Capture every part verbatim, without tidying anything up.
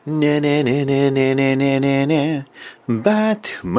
ねねねねねねねねねバット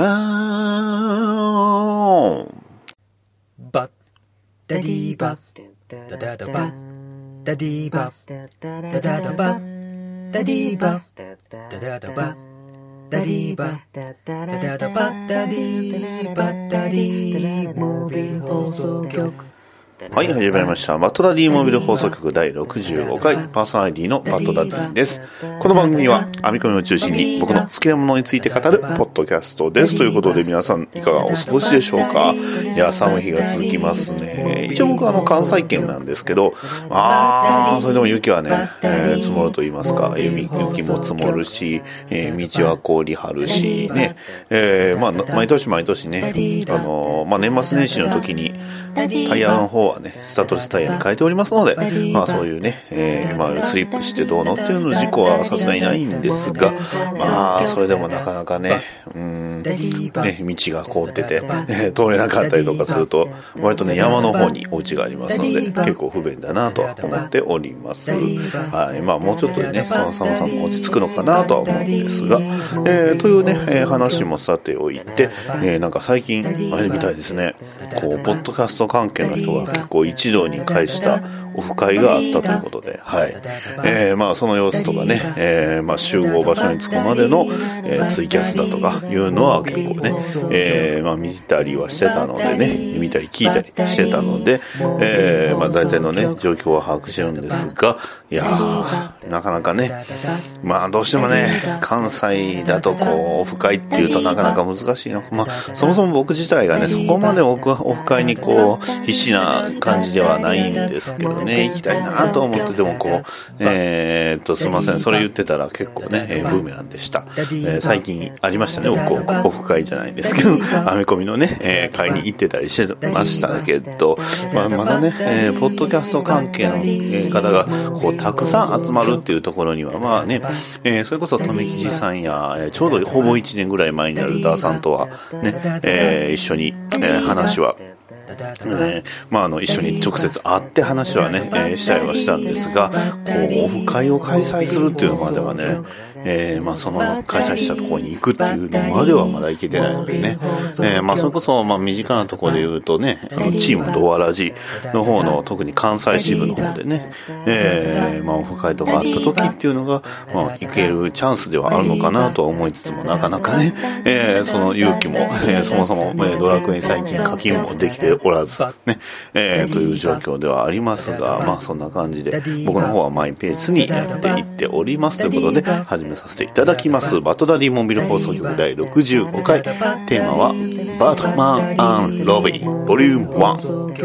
マンバッダディバッダダダバッダディバッダダダバッダディバッダダダバッダディバッダダダバッダディバッダディモービル放送局。 はい、始まりました。バッドダディモビル放送局だいろくじゅうごかい、パーソナリティのバッドダディです。この番組は編み込みを中心に僕の好きなものについて語るポッドキャストです。ということで皆さんいかがお過ごしでしょうか。いや、寒い日が続きますね。一応僕はあの関西圏なんですけど、あー、それでも雪はね、えー、積もると言いますか、雪も積もるし、えー、道は氷張るし、ね、えー、まあ、毎年毎年ね、あのー、まあ年末年始の時にタイヤの方はね、スタッドレスタイヤに変えておりますので、まあそういうね、えー、まあスリップしてどうのっていうの事故はさすがにないんですが、まあそれでもなかなかね、うーん、ね、道が凍ってて、えー、通れなかったりとかすると、割とね、山の方にお家がありますので、結構不便だなとは思っております。はい、まあもうちょっとでね、その寒さも落ち着くのかなとは思うんですが、えー、というね、えー、話もさておいて、えー、なんか最近、あれみたいですね、こう、ポッドキャスト関係の人が結構一堂に会したオフ会があったということで、はい。えー、まあその様子とかね、えー、まあ集合場所に着くまでの、えー、ツイキャスだとかいうのは結構ね、えー、まあ見たりはしてたのでね、見たり聞いたりしてたので、えー、まあ大体のね、状況は把握してるんですが、いやー、なかなかね、まあどうしてもね、関西だとこう、オフ会っていうとなかなか難しいの。まあそもそも僕自体がね、そこまでオフ会にこう、必死な感じではないんですけどね、行きたいなと思っててもこう、えー、っとすいません、それ言ってたら結構ね、えー、ブーメランでした、えー、最近ありましたね、僕オフ会じゃないんですけど、アメコミのね、えー、会に行ってたりしてましたけど、まあ、まだね、えー、ポッドキャスト関係の方がこうたくさん集まるっていうところにはまあね、えー、それこそ富吉さんや、えー、ちょうどほぼいちねんぐらい前になるダーさんとはね、えー、一緒に、えー、話はえー、まああの一緒に直接会って話はね、えー、したりはしたんですが、こうオフ会を開催するっていうのまではね、えー、まあその開催したところに行くっていうのまではまだ行けてないのでね、えー、まあそれこそまあ身近なところで言うとね、あのチームドアラジの方の特に関西支部の方でね、えー、まあオフ会とかあった時っていうのがまあ行けるチャンスではあるのかなとは思いつつも、なかなかね、えー、その勇気も、えー、そもそも、えー、ドラクエに最近課金もできておらずね、えー、という状況ではありますが、まあそんな感じで僕の方はマイペースにやっていっておりますということで始めさせていただきます。バッドダディモビル放送局だいろくじゅうごかい、テーマはバットマン&ロビーボリュームワン。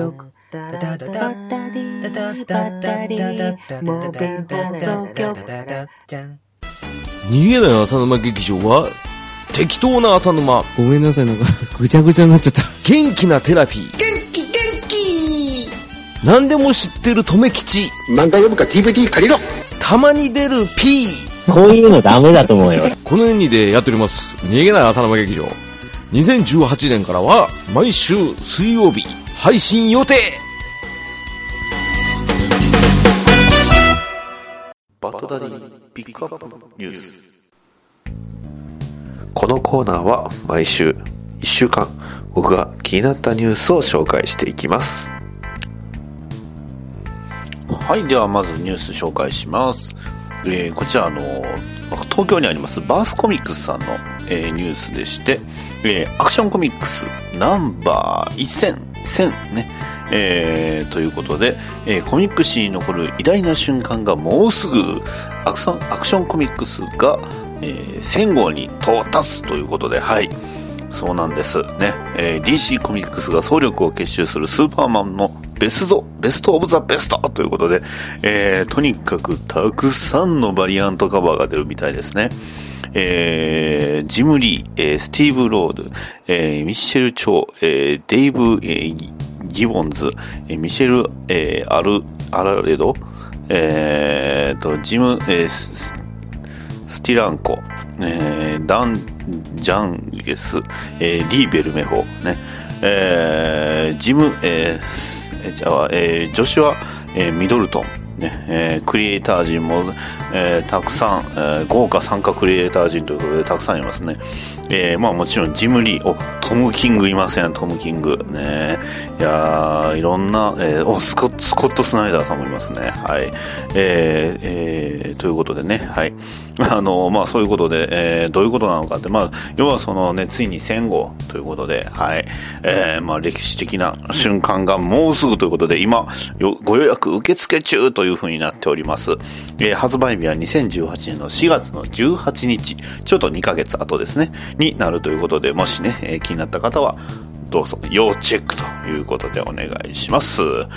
逃げない浅沼劇場は適当な浅沼。 ごめんなさい、なんかぐちゃぐちゃになっちゃった。 元気なテラピー。 元気元気。 何でも知ってる留吉。 漫画読むか ディーブイディー 借りろ。 たまに出る P。 こういうのダメだと思うよ。 このようにでやっております逃げない浅沼劇場。にせんじゅうはちねんからは毎週水曜日配信予定。 バッドダディピックアップニュース。このコーナーは毎週いっしゅうかん僕が気になったニュースを紹介していきます。はい、ではまずニュース紹介します。えー、こちらの東京にありますバースコミックスさんの、えー、ニュースでして、えー、アクションコミックスナンバーせんね、えー、ということで、えー、コミック史に残る偉大な瞬間がもうすぐアクション、アクションコミックスが、えー、せんごうに到達ということで、はい、そうなんですね、えー、ディーシー コミックスが総力を結集するスーパーマンのベストベストオブザベストということで、えー、とにかくたくさんのバリアントカバーが出るみたいですね。えー、ジム・リー、えー、スティーブ・ロード、えー、ミッシェル・チョウ、えー、デイブ・えー、ギボンズ、えー、ミシェル・えー、アルアラレド、えー、とジム、えー、ス, スティランコ、えー、ダン・ジャンゲス、えー、リー・ベルメホ、ね、えー、ジム、えー、じゃあ、えー、ジョシュア、えー、ミドルトン、ね、えー、クリエイター陣も、 えー、たくさん、えー、豪華参加クリエイター陣ということでたくさんいますね。えー、まあもちろんジムリー、おトムキングいません、トムキングね。いやーいろんな、えー、おスコッスコットスナイダーさんもいますね。はい、えーえー、ということでね、はい、あのまあそういうことで、えー、どういうことなのかって、まあ要はそのね、ついに戦後ということで、はい、えー、まあ歴史的な瞬間がもうすぐということで、今よご予約受付中という風になっております。えー、発売日はにせんじゅうはちねんのしがつのじゅうはちにち、ちょっとにかげつごですねになるということで、もしね、えー、気になった方はどうぞ要チェックということでお願いします。はい、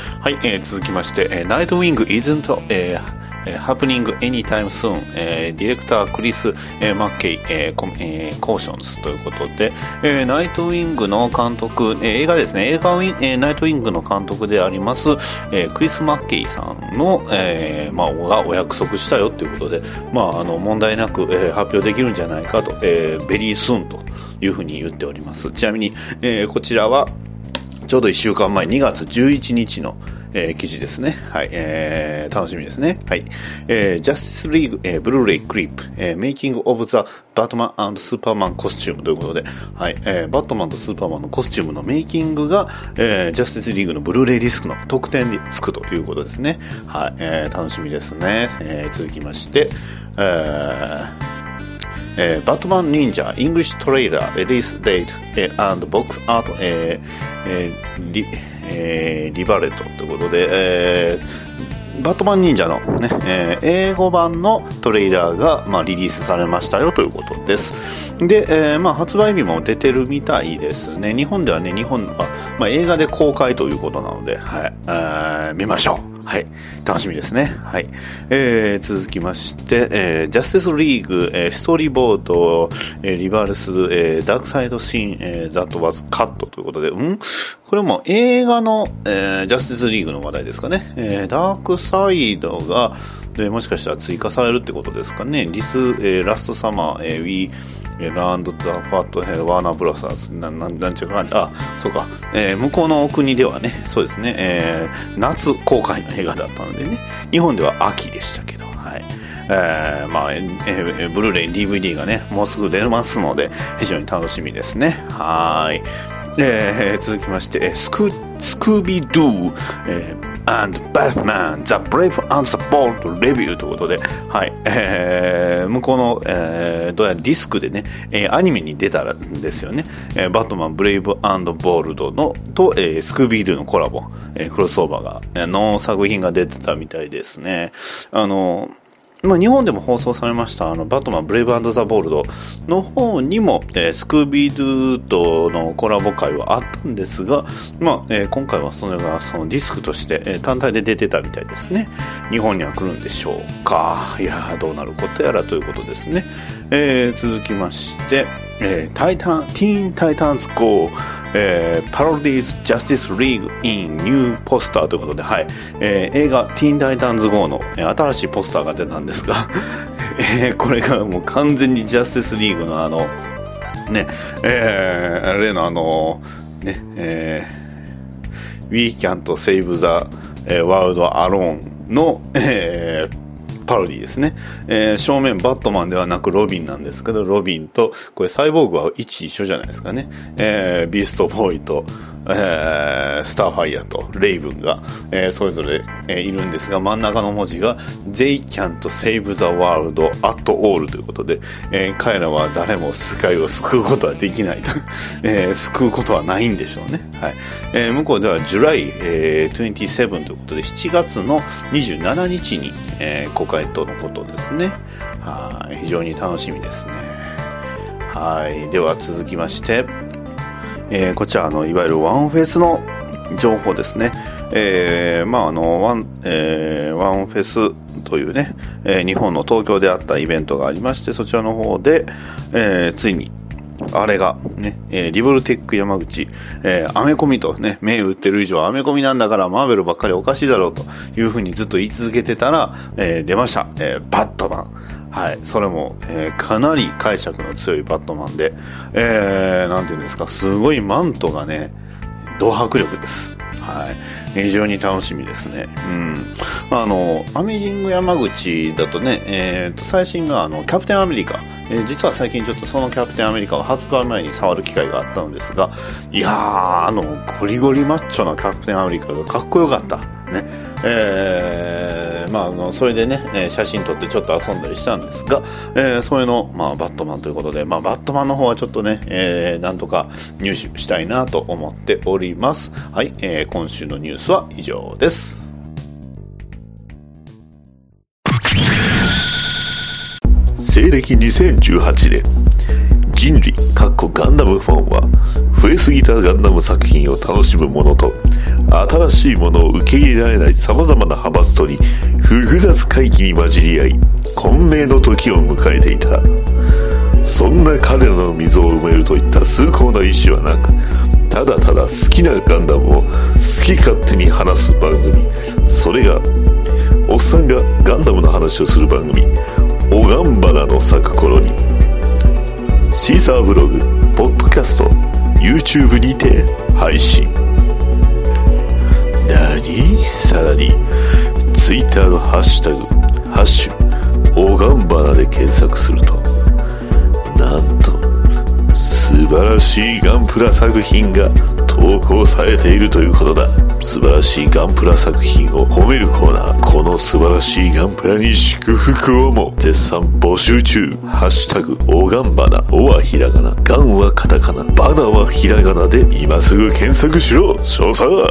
えー、続きまして、えー、ナイトウィング isn't、えーハプニング anytime soon、えー、ディレクタークリス、えー、マッケイ、えーコえー、コーションズということで、えー、ナイトウィングの監督、えー、映画ですね、映画ウィン、えー、ナイトウィングの監督であります、えー、クリス・マッケイさんの、えーまあ、がお約束したよということで、まあ、あの問題なく、えー、発表できるんじゃないかと、えー、ベリースーンというふうに言っております。ちなみに、えー、こちらはちょうどいっしゅうかんまえにがつじゅういちにちのえー、記事ですね。はい、えー、楽しみですね。はい、えー、ジャスティスリーグ、えー、ブルーレイクリップ、えー、メイキングオブザバットマン&スーパーマンコスチュームということで、はい、えー、バットマンとスーパーマンのコスチュームのメイキングが、えー、ジャスティスリーグのブルーレイディスクの特典につくということですね。はい、えー、楽しみですね。えー、続きまして、えーえー、バットマン忍者イングリッシュトレーラーレリースデート、えー、and ボックスアート、えーえーリえー、リバレットということで、えー、バットマン忍者の、ねえー、英語版のトレーラーが、まあ、リリースされましたよということです。で、えーまあ、発売日も出てるみたいですね。日本ではね、日本は、まあ、映画で公開ということなので、はい、えー、見ましょう。はい、楽しみですね。はい、えー、続きまして、えー、ジャスティスリーグ、えー、ストーリーボード、えー、リバース、えー、ダークサイドシーン、えー、ザットワズカットということで、んこれも映画の、えー、ジャスティスリーグの話題ですかね。えー、ダークサイドが、えー、もしかしたら追加されるってことですかね。リス、えー、ラストサマー、えー、ウィーランド・ザ・ファット・ヘル・ワーナー・ブラザーズな、な、なんちゅうかな、あ、そうか、えー、向こうの国ではね、そうですね、えー、夏公開の映画だったのでね、日本では秋でしたけど、はい。えー、まあ、えー、ブルーレイ、ディーブイディー がね、もうすぐ出ますので、非常に楽しみですね。はい。えー、続きまして、スク、スクービードゥ、えーand Batman The Brave and the Bold Review ということで、はい、えー、向こうの、えー、どうやらディスクでね、えー、アニメに出たんですよね。えー、バットマンブレイブ&ボールドのと、えー、スクービードゥのコラボ、えー、クロスオーバーが、えー、の作品が出てたみたいですね。あのまあ、日本でも放送されましたあのバットマンブレイブ&ザ・ボールドの方にも、えー、スクービードゥとのコラボ会はあったんですが、まあえー、今回はそれがそのディスクとして、えー、単体で出てたみたいですね。日本には来るんでしょうか。いやどうなることやらということですね。えー、続きまして、えー、タイタンティーンタイタンズ ゴーえー、パロディーズ・ジャスティス・リーグ・イン・ニュー・ポスターということで、はい、えー、映画ティーン・タイタンズ ゴー の、えー、新しいポスターが出たんですが、えー、これがもう完全にジャスティス・リーグのあのね、えー、例のあのね、えー、We Can't Save the World Alone の、えーパロディですね、えー、正面バットマンではなくロビンなんですけど、ロビンとこれサイボーグは位置一緒じゃないですかね、えー、ビーストボーイと、えー、スターファイアとレイブンが、えー、それぞれ、えー、いるんですが、真ん中の文字が They can't save the world at all ということで、えー、彼らは誰も世界を救うことはできないと、えー、救うことはないんでしょうね。はい、えー、向こうではジュライ、えー、にじゅうななということでしちがつのにじゅうしちにちに、えー、公開とのことですね。はい、非常に楽しみですね。はい、では続きまして、えー、こちらのいわゆるワンフェスの情報ですね。えー、まああのワン、えー、ワンフェスというね、えー、日本の東京であったイベントがありまして、そちらの方で、えー、ついにあれがね、えー、リボルテック山口、えー、アメコミとね、銘打ってる以上アメコミなんだからマーベルばっかりおかしいだろうというふうにずっと言い続けてたら、えー、出ました、えー、バットマン。はい、それも、えー、かなり解釈の強いバットマンで、えー、なんていうんですか、すごいマントがね、ド迫力です。 はい、非常に楽しみですね。うん、あのアメージング山口だとね、えー、と最新があのキャプテンアメリカ、えー、実は最近ちょっとそのキャプテンアメリカを発売前に触る機会があったのですが、いやー、あのゴリゴリマッチョなキャプテンアメリカがかっこよかったね。えーまあ、あのそれでね写真撮ってちょっと遊んだりしたんですが、えー、それの、まあ、バットマンということで、まあ、バットマンの方はちょっとね、えー、なんとか入手したいなと思っております。はい、えー、今週のニュースは以上です。西暦にせんじゅうはちねん、人類かっこガンダムファンは増えすぎたガンダム作品を楽しむものと新しいものを受け入れられない様々な派閥とに複雑回帰に混じり合い混迷の時を迎えていた。そんな彼らの溝を埋めるといった崇高な意志はなく、ただただ好きなガンダムを好き勝手に話す番組、それがおっさんがガンダムの話をする番組、おがんばなの咲く頃に。シーサーブログ、ポッドキャスト、YouTube にて配信。なに？さらに Twitter のハッシュタグハッシュおがんばなで検索すると、なんと素晴らしいガンプラ作品が投稿されているということだ。素晴らしいガンプラ作品を褒めるコーナー、この素晴らしいガンプラに祝福をも絶賛募集中。ハッシュタグおがんばな、おはひらがな、ガンはカタカナ、バナはひらがなで今すぐ検索しろ。詳細は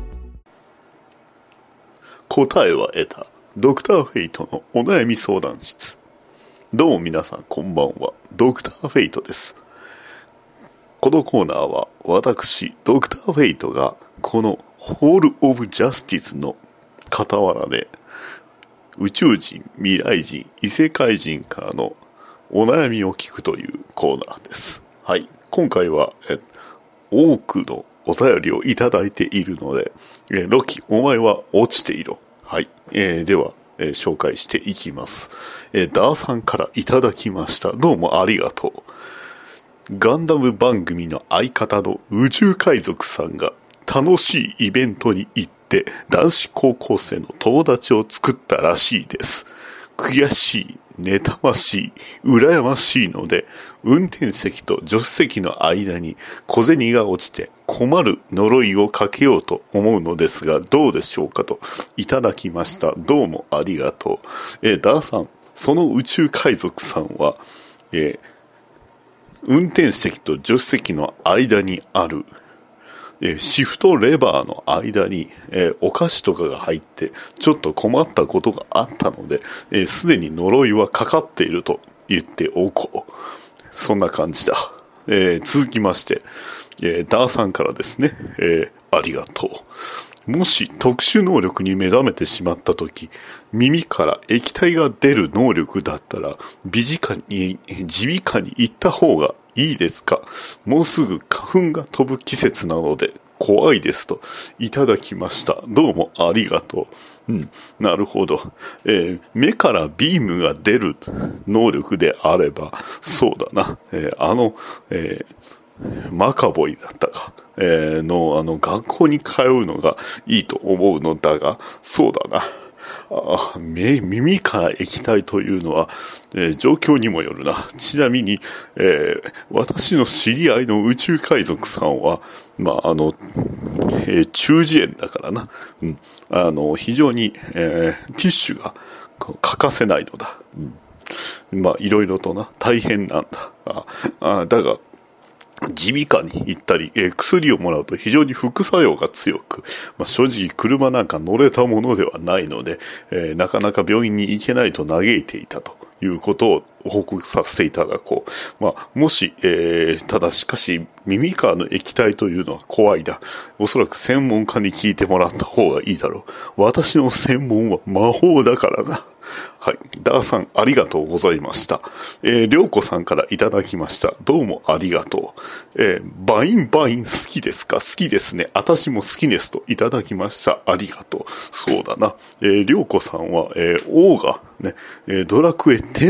答えは得た。ドクターフェイトのお悩み相談室。どうも皆さんこんばんは、ドクターフェイトです。このコーナーは私ドクターフェイトがこのホールオブジャスティスの傍らで宇宙人、未来人、異世界人からのお悩みを聞くというコーナーです。はい、今回はえ多くのお便りをいただいているので、えロキお前は落ちていろ。はい、えー、では、えー、紹介していきます。えー、ダーさんからいただきました。どうもありがとう。ガンダム番組の相方の宇宙海賊さんが楽しいイベントに行って男子高校生の友達を作ったらしいです。悔しい、妬ましい、羨ましいので運転席と助手席の間に小銭が落ちて困る呪いをかけようと思うのですがどうでしょうかといただきました。どうもありがとう。えー、ダーさん、その宇宙海賊さんは、えー、運転席と助手席の間にあるえー、シフトレバーの間に、えー、お菓子とかが入ってちょっと困ったことがあったので、えー、すでに呪いはかかっていると言っておこう。そんな感じだ。えー、続きまして、えー、ダーさんからですね、えー、ありがとう。もし特殊能力に目覚めてしまったとき、耳から液体が出る能力だったら、耳鼻科に、耳鼻科に行った方がいいですか？もうすぐ花粉が飛ぶ季節なので怖いですといただきました。どうもありがとう。うん、なるほど。えー、目からビームが出る能力であれば、そうだな。えー、あの、えー、マカボイだったか。えー、の、あの、学校に通うのがいいと思うのだが、そうだな。あ、目、耳から液体というのは、えー、状況にもよるな。ちなみに、えー、私の知り合いの宇宙海賊さんは、まあ、あの、えー、中耳炎だからな。うん。あの、非常に、えー、ティッシュが欠かせないのだ。うん。まあ、いろいろとな、大変なんだ。ああ、だが、耳鼻科に行ったり、えー、薬をもらうと非常に副作用が強く、まあ、正直車なんか乗れたものではないので、えー、なかなか病院に行けないと嘆いていたということを報告させていただこう。まあ、もし、えー、ただしかし耳からの液体というのは怖いだ。おそらく専門家に聞いてもらった方がいいだろう。私の専門は魔法だからな。はい。ダーさん、ありがとうございました。えー、りょうこさんからいただきました。どうもありがとう。えー、バインバイン好きですか？好きですね。私も好きですといただきました。ありがとう。そうだな。えー、りょうこさんは、えー、オーガ、ね、えー、ドラクエテンの、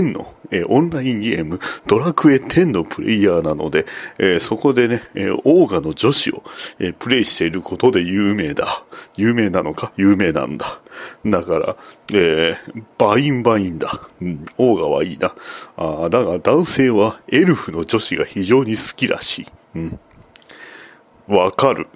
えー、オンラインゲームドラクエテンのプレイヤーなので、えー、そこでね、えー、オーガの女子を、えー、プレイしていることで有名だ。有名なのか有名なんだ。だから、えー、バインバインだ。うん、オーガはいいな。あだが男性はエルフの女子が非常に好きらしい。うん。わかる。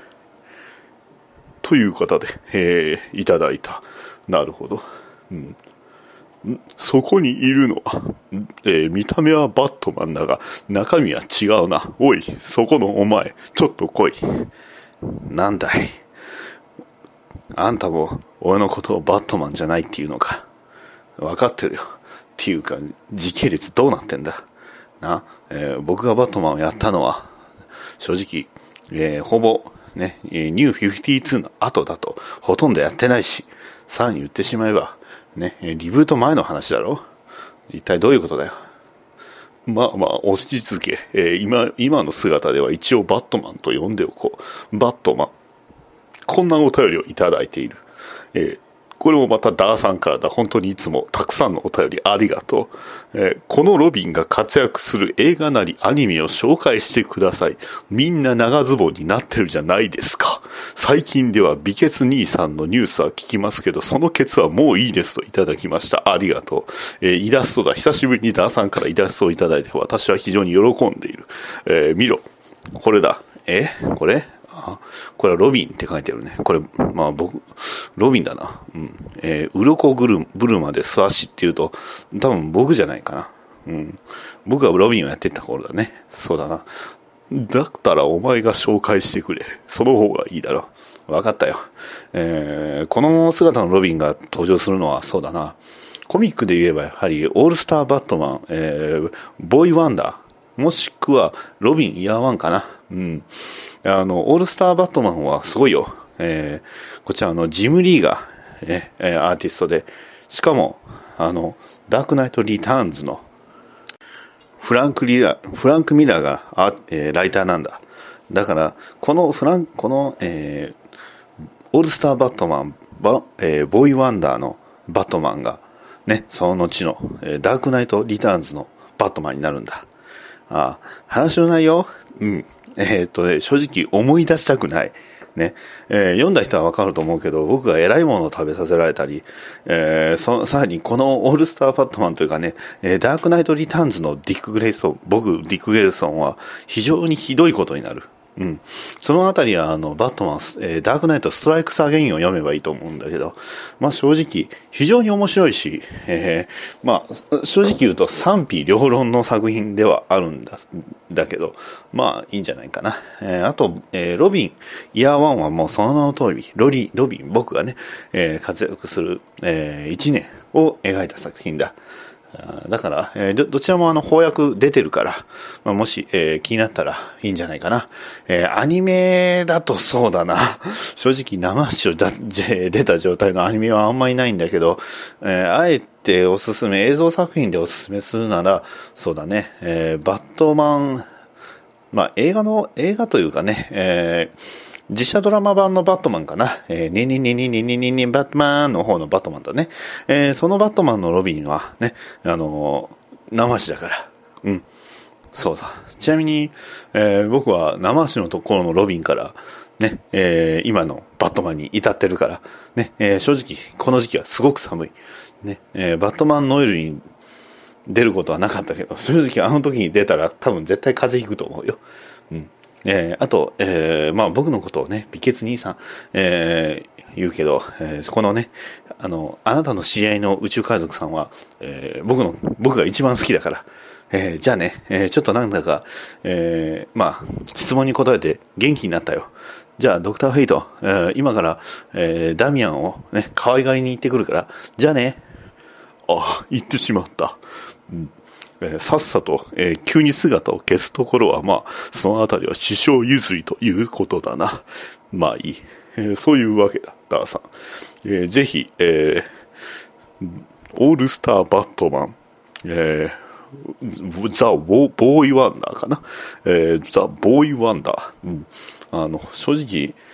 という方で、えー、いただいた。なるほど。うん。そこにいるのは、えー、見た目はバットマンだが中身は違うな。おい、そこのお前、ちょっと来い。なんだい。あんたも俺のことをバットマンじゃないっていうのか。分かってるよ。っていうか時系列どうなってんだな、えー、僕がバットマンをやったのは正直、えー、ほぼねニューごじゅうにの後だとほとんどやってないし、さらに言ってしまえばね、リブート前の話だろ。一体どういうことだよ。まあまあ押し続け、えー、今今の姿では一応バットマンと呼んでおこう。バットマン、こんなお便りをいただいている。えー、これもまたダーさんからだ。本当にいつもたくさんのお便りありがとう。えー、このロビンが活躍する映画なりアニメを紹介してください。みんな長ズボンになってるじゃないですか。最近では美血兄さんのニュースは聞きますけど、そのケツはもういいですといただきました。ありがとう。えー、イラストだ。久しぶりにダーさんからイラストをいただいて私は非常に喜んでいる。えー、見ろ。これだ。えこれあ、これはロビンって書いてあるね。これ、まあ僕、ロビンだな。うん。えー、うろこぐる、ブルマで素足っていうと、多分僕じゃないかな。うん。僕はロビンをやってた頃だね。そうだな。だったらお前が紹介してくれ。その方がいいだろう。わかったよ。えー、この姿のロビンが登場するのはそうだな。コミックで言えばやはりオールスターバットマン、えー、ボーイワンダー、もしくはロビンイヤーワンかな。うん。あの、オールスターバットマンはすごいよ。えー、こちらのジム・リーが、えー、アーティストで、しかも、あの、ダークナイト・リターンズのフランク・リラ、フランク・ミラーがあ、えー、ライターなんだ。だから、このフラン、この、えー、オールスターバットマン、バえー、ボーイワンダーのバットマンが、ね、その後の、えー、ダークナイト・リターンズのバットマンになるんだ。ああ、話の内容、うん。えー、っとね、正直思い出したくない。ね。えー、読んだ人はわかると思うけど、僕が偉いものを食べさせられたり、えー、そさらにこのオールスターバットマンというかね、えー、ダークナイトリターンズのディック・グレイソン、僕、ディック・グレイソンは非常にひどいことになる。うん。そのあたりは、あの、バットマン、えー、ダークナイトストライクスアゲインを読めばいいと思うんだけど、まあ正直、非常に面白いし、えー、まあ、正直言うと賛否両論の作品ではあるんだ、だけど、まあいいんじゃないかな。えー、あと、えー、ロビン、イヤーワンはもうその名の通り、ロリ、ロビン、僕がね、えー、活躍する、えー、一年を描いた作品だ。だから、えー、ど, どちらもあの翻訳出てるから、まあ、もし、えー、気になったらいいんじゃないかな。えー、アニメだとそうだな。正直生視聴出た状態のアニメはあんまりないんだけど、えー、あえておすすめ、映像作品でおすすめするなら、そうだね、えー、バットマン、まあ映画の、映画というかね、えー実写ドラマ版のバットマンかな。えー、ニニニニニニニニバットマンの方のバットマンだね。えー、そのバットマンのロビンはね、あのー、生足だから。うん。そうだ。ちなみに、えー、僕は生足のところのロビンから、ね、えー、今のバットマンに至ってるから、ね、えー、正直、この時期はすごく寒い。ね、えー、バットマンノエルに出ることはなかったけど、正直あの時に出たら多分絶対風邪ひくと思うよ。うん。えー、あと、えー、まあ僕のことをね、美血兄さん、えー、言うけど、えー、このね、あの、あなたの知り合いの宇宙海賊さんは、えー、僕の、僕が一番好きだから、えー、じゃあね、えー、ちょっとなんだか、えー、まあ、質問に答えて元気になったよ。じゃあ、ドクターフェイト、えー、今から、えー、ダミアンをね、可愛がりに行ってくるから、じゃあね。あ、行ってしまった。うんえー、さっさと、えー、急に姿を消すところは、まあ、そのあたりは師匠譲りということだな。まあいい。えー、そういうわけだ、ダーさん。えー、ぜひ、えー、オールスターバットマン、えー、ザ・ボーイ・ワンダーかな。えー、ザ・ボーイ・ワンダー。うん。あの、正直、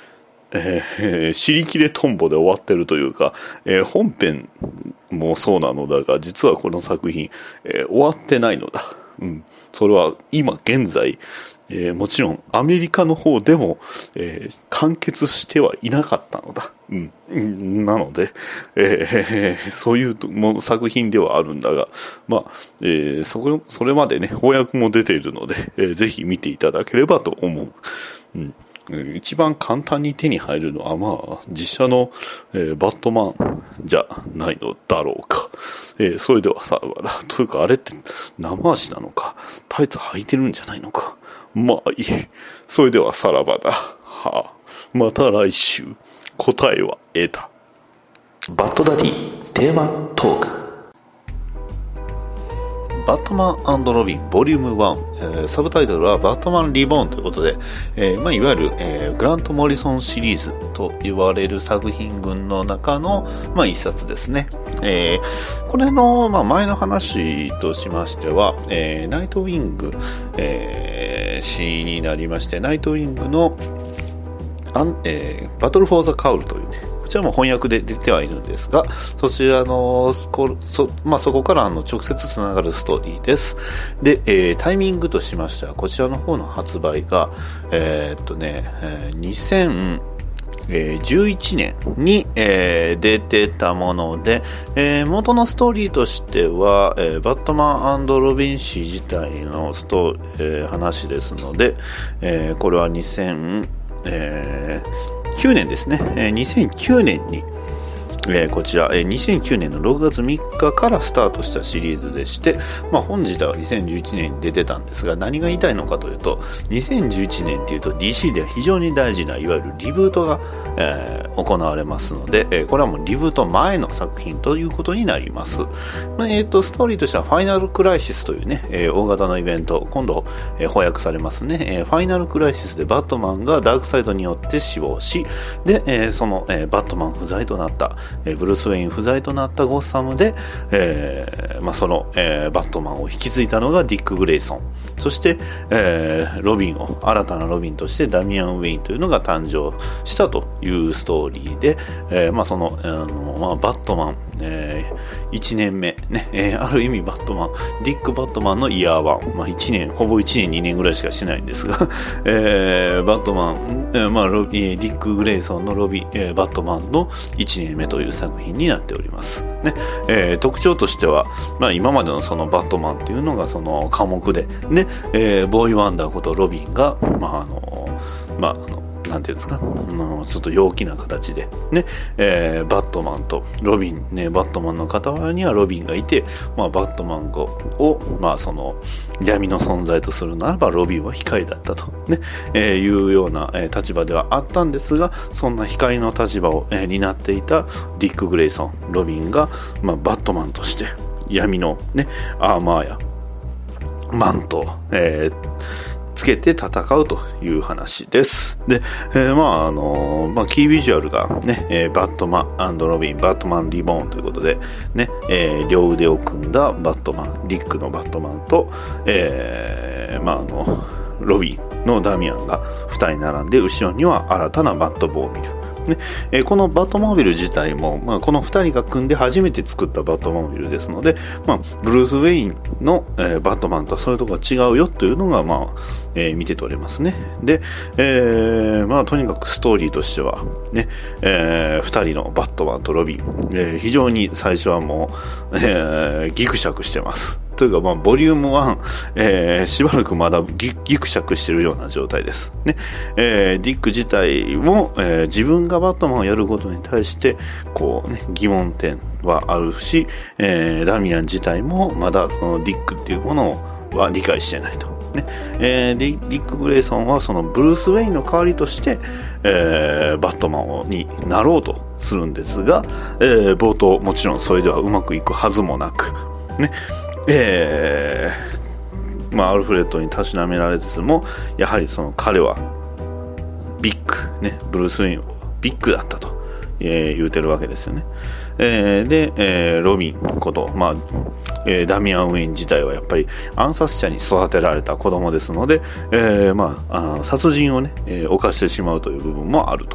えー、尻切れトンボで終わってるというか、えー、本編もそうなのだが、実はこの作品、えー、終わってないのだ。うん。それは今現在、えー、もちろんアメリカの方でも、えー、完結してはいなかったのだ。うん。なので、えー、そういうも作品ではあるんだが、まあ、えー、それ、それまでね、翻訳も出ているので、えー、ぜひ見ていただければと思う。うん。一番簡単に手に入るのは、まあ、実写の、えー、バットマンじゃないのだろうか。えー、それではさらばだ。というか、あれって生足なのか、タイツ履いてるんじゃないのか。まあいい。それではさらばだ。はあ、また来週。答えは得た。 バッドダディテーマトーク。 バットマン&ロビンボリュームワン、えー、サブタイトルはバットマンリボーンということで、えーまあ、いわゆる、えー、グラント・モリソンシリーズと言われる作品群の中の、まあ、一冊ですね。えー、これの、まあ、前の話としましては、えー、ナイトウィング、えー、詩になりまして、ナイトウィングのアン、えー、バトル・フォー・ザ・カウルというね、こちらも翻訳で出てはいるんですが、そちらのこ そ,、まあ、そこからあの直接つながるストーリーです。で、えー、タイミングとしましてはこちらの方の発売が、えー、っとね、えー、にせんじゅういちねんに、えー、出てたもので、えー、元のストーリーとしては、えー、バットマン&ロビン氏自体のスト、えー、話ですので、えー、これはにせんきゅうねんですね、えー、にせんきゅうねんに、えー、こちら、えー、にせんきゅうねんのろくがつみっかからスタートしたシリーズでして、まあ、本自体はにせんじゅういちねんに出てたんですが、何が言いたいのかというと、にせんじゅういちねんっていうと ディーシー では非常に大事ないわゆるリブートが、えー、行われますので、えー、これはもうリブート前の作品ということになります。まあ、えーと、ストーリーとしてはファイナルクライシスというね、えー、大型のイベント、今度、えー、翻訳されますね、えー、ファイナルクライシスでバットマンがダークサイドによって死亡し、で、えー、その、えー、バットマン不在となったえー、ブルース・ウェイン不在となったゴッサムで、えーまあ、その、えー、バットマンを引き継いだのがディック・グレイソン、そして、えー、ロビンを新たなロビンとしてダミアン・ウェインというのが誕生したというストーリーで、えーまあ、その、あのまあ、バットマン、えー、いちねんめ、ねえー、ある意味バットマンディック・バットマンのイヤーワン、まあ、いちねんほぼいちねんにねんぐらいしかしてないんですが、えー、バットマン、えーまあ、ロビディック・グレイソンのロビ、えー、バットマンのいちねんめという作品になっておりますね。えー、特徴としては、まあ、今までのそのバットマンっていうのがその寡黙で、で、えー、ボーイ・ワンダーことロビンが、まああのまあ、あのなんていうんですか、うん、ちょっと陽気な形でね、えー、バットマンとロビンね、バットマンの傍らにはロビンがいて、まあ、バットマンを、まあ、その闇の存在とするならばロビンは光だったとね、えー、いうような、えー、立場ではあったんですが、そんな光の立場を、えー、担っていたディック・グレイソン、ロビンが、まあ、バットマンとして闇のねアーマーやマントを、えーつけて戦うという話です。で、えー、まああのー、まあキービジュアルがね、えー、バットマン&ロビン、バットマンリボーンということでね、えー、両腕を組んだバットマン、ディックのバットマンと、えー、まああのロビンのダミアンがふたり並んで、後ろには新たなバットモービル。ねえー、このバットモービル自体も、まあ、このふたりが組んで初めて作ったバットモービルですので、まあ、ブルース・ウェインの、えー、バットマンとはそういうところが違うよというのが、まあえー、見て取れますね。で、えーまあ、とにかくストーリーとしては、ねえー、ふたりのバットマンとロビン、えー、非常に最初はもう、えー、ギクシャクしてます。というか、まあ、ボリュームワン、えー、しばらくまだ ギ, ギクシャクしているような状態です。ねえー、ディック自体も、えー、自分がバットマンをやることに対して、こうね、疑問点はあるし、えー、ダミアン自体もまだそのディックっていうものは理解してないと。ねえー、ディック・グレイソンはそのブルース・ウェインの代わりとして、えー、バットマンになろうとするんですが、えー、冒頭もちろんそれではうまくいくはずもなく、ねえーまあ、アルフレッドにたしなめられつつも、やはりその彼はビッグ、ね、ブルース・ウェインはビッグだったと、えー、言うてるわけですよね。えー、で、えー、ロビンこと、まあえー、ダミアン・ウェイン自体はやっぱり暗殺者に育てられた子供ですので、えーまあ、あ殺人をね、えー、犯してしまうという部分もあると。